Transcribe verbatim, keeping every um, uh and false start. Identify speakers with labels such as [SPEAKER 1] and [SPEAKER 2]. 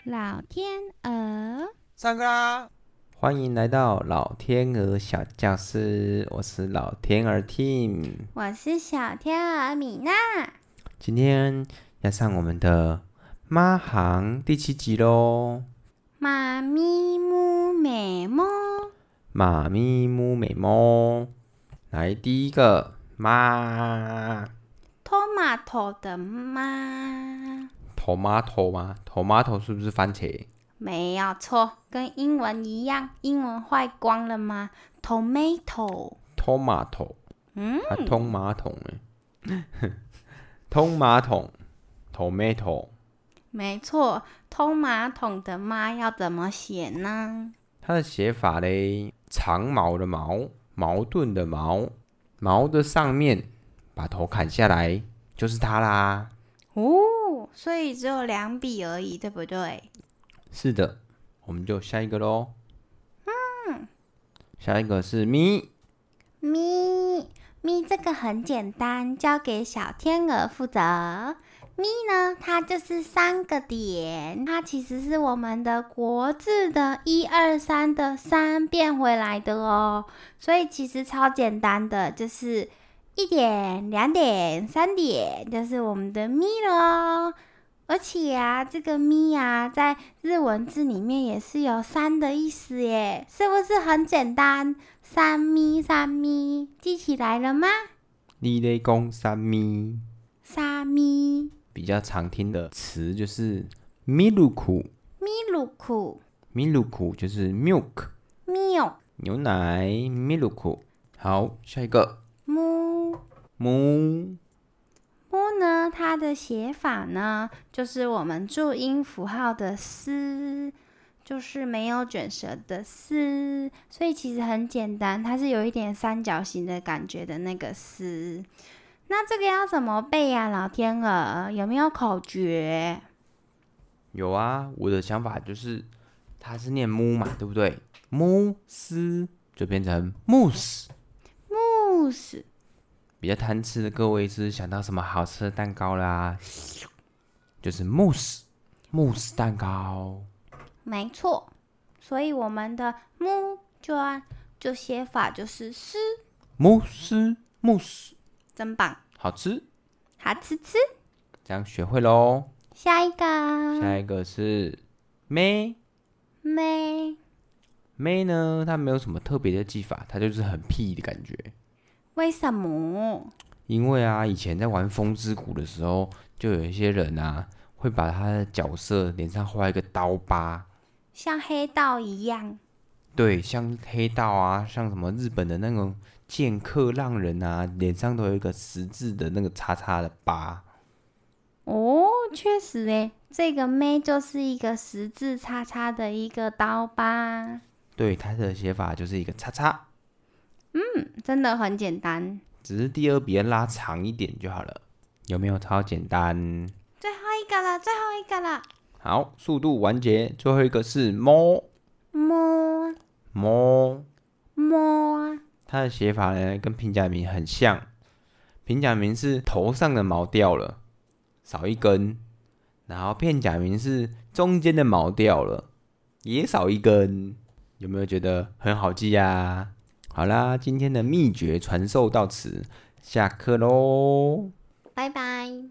[SPEAKER 1] 老天鹅，
[SPEAKER 2] 上课啦！欢迎来到老天鹅小教室，我是老天鹅 Tim，
[SPEAKER 1] 我是小天鹅米娜。
[SPEAKER 2] 今天要上我们的妈行第七集咯。
[SPEAKER 1] 妈咪木美猫，
[SPEAKER 2] 妈咪木美猫，来第一个妈
[SPEAKER 1] tomato 的妈，
[SPEAKER 2] ，tomato 吗 ？tomato 是不是番茄？
[SPEAKER 1] 没有错，跟英文一样，英文坏光了吗 ？tomato，
[SPEAKER 2] tomato，
[SPEAKER 1] 嗯，
[SPEAKER 2] 还通马桶哎，通马桶 ，tomato。
[SPEAKER 1] 没错，通马桶的妈要怎么写呢？
[SPEAKER 2] 它的写法嘞，长毛的毛，矛盾的矛，毛的上面把头砍下来，就是它啦。
[SPEAKER 1] 哦，所以只有两笔而已，对不对？
[SPEAKER 2] 是的，我们就下一个咯。嗯，下一个是咪
[SPEAKER 1] 咪咪，这个很简单，交给小天鹅负责。咪呢，它就是三个点，它其实是我们的国字的一二三的三变回来的哦，所以其实超简单的，就是一点、两点、三点，就是我们的咪咯。而且啊，这个咪啊，在日文字里面也是有三的意思耶，是不是很简单？三咪三咪，记起来了吗？
[SPEAKER 2] 你咧讲三咪，
[SPEAKER 1] 三咪。
[SPEAKER 2] 比较常听的词就是ミルク，
[SPEAKER 1] 米鲁库，
[SPEAKER 2] ミルク就是 milk，
[SPEAKER 1] 喵，
[SPEAKER 2] 牛奶，ミルク。好，下一个
[SPEAKER 1] 木
[SPEAKER 2] 木
[SPEAKER 1] 木呢？它的写法呢，就是我们注音符号的丝，就是没有卷舌的丝，所以其实很简单，它是有一点三角形的感觉的那个丝。那这个要怎么背呀、啊？老天鹅有没有口诀？
[SPEAKER 2] 有啊，我的想法就是它是念木嘛，对不对？木斯就变成慕斯。
[SPEAKER 1] 慕斯。
[SPEAKER 2] 比较贪吃的各位是想到什么好吃的蛋糕啦？就是慕斯，慕斯蛋糕。
[SPEAKER 1] 没错，所以我们的木就啊就写法就是斯。
[SPEAKER 2] 慕斯，慕斯。
[SPEAKER 1] 真棒，
[SPEAKER 2] 好吃，
[SPEAKER 1] 好吃吃。
[SPEAKER 2] 这样学会咯。
[SPEAKER 1] 下一个，
[SPEAKER 2] 下一个是咩
[SPEAKER 1] 咩
[SPEAKER 2] 咩呢？它没有什么特别的记法，它就是很屁的感觉。
[SPEAKER 1] 为什么？
[SPEAKER 2] 因为啊，以前在玩风之谷的时候，就有一些人啊，会把他的角色脸上画一个刀疤，
[SPEAKER 1] 像黑道一样。
[SPEAKER 2] 对，像黑道啊，像什么日本的那种剑客浪人啊，脸上都有一个十字的那个叉叉的疤。
[SPEAKER 1] 哦，确实诶，这个咩就是一个十字叉叉的一个刀疤。
[SPEAKER 2] 对，它的写法就是一个叉叉。
[SPEAKER 1] 嗯，真的很简单。
[SPEAKER 2] 只是第二笔要拉长一点就好了。有没有超简单？
[SPEAKER 1] 最后一个了，最后一个了。
[SPEAKER 2] 好，速度完结。最后一个是摸
[SPEAKER 1] 摸
[SPEAKER 2] 摸
[SPEAKER 1] 摸，
[SPEAKER 2] 它的写法呢跟平假名很像。平假名是头上的毛掉了，少一根，然后片假名是中间的毛掉了，也少一根。有没有觉得很好记呀？好啦，今天的秘诀传授到此，下课喽。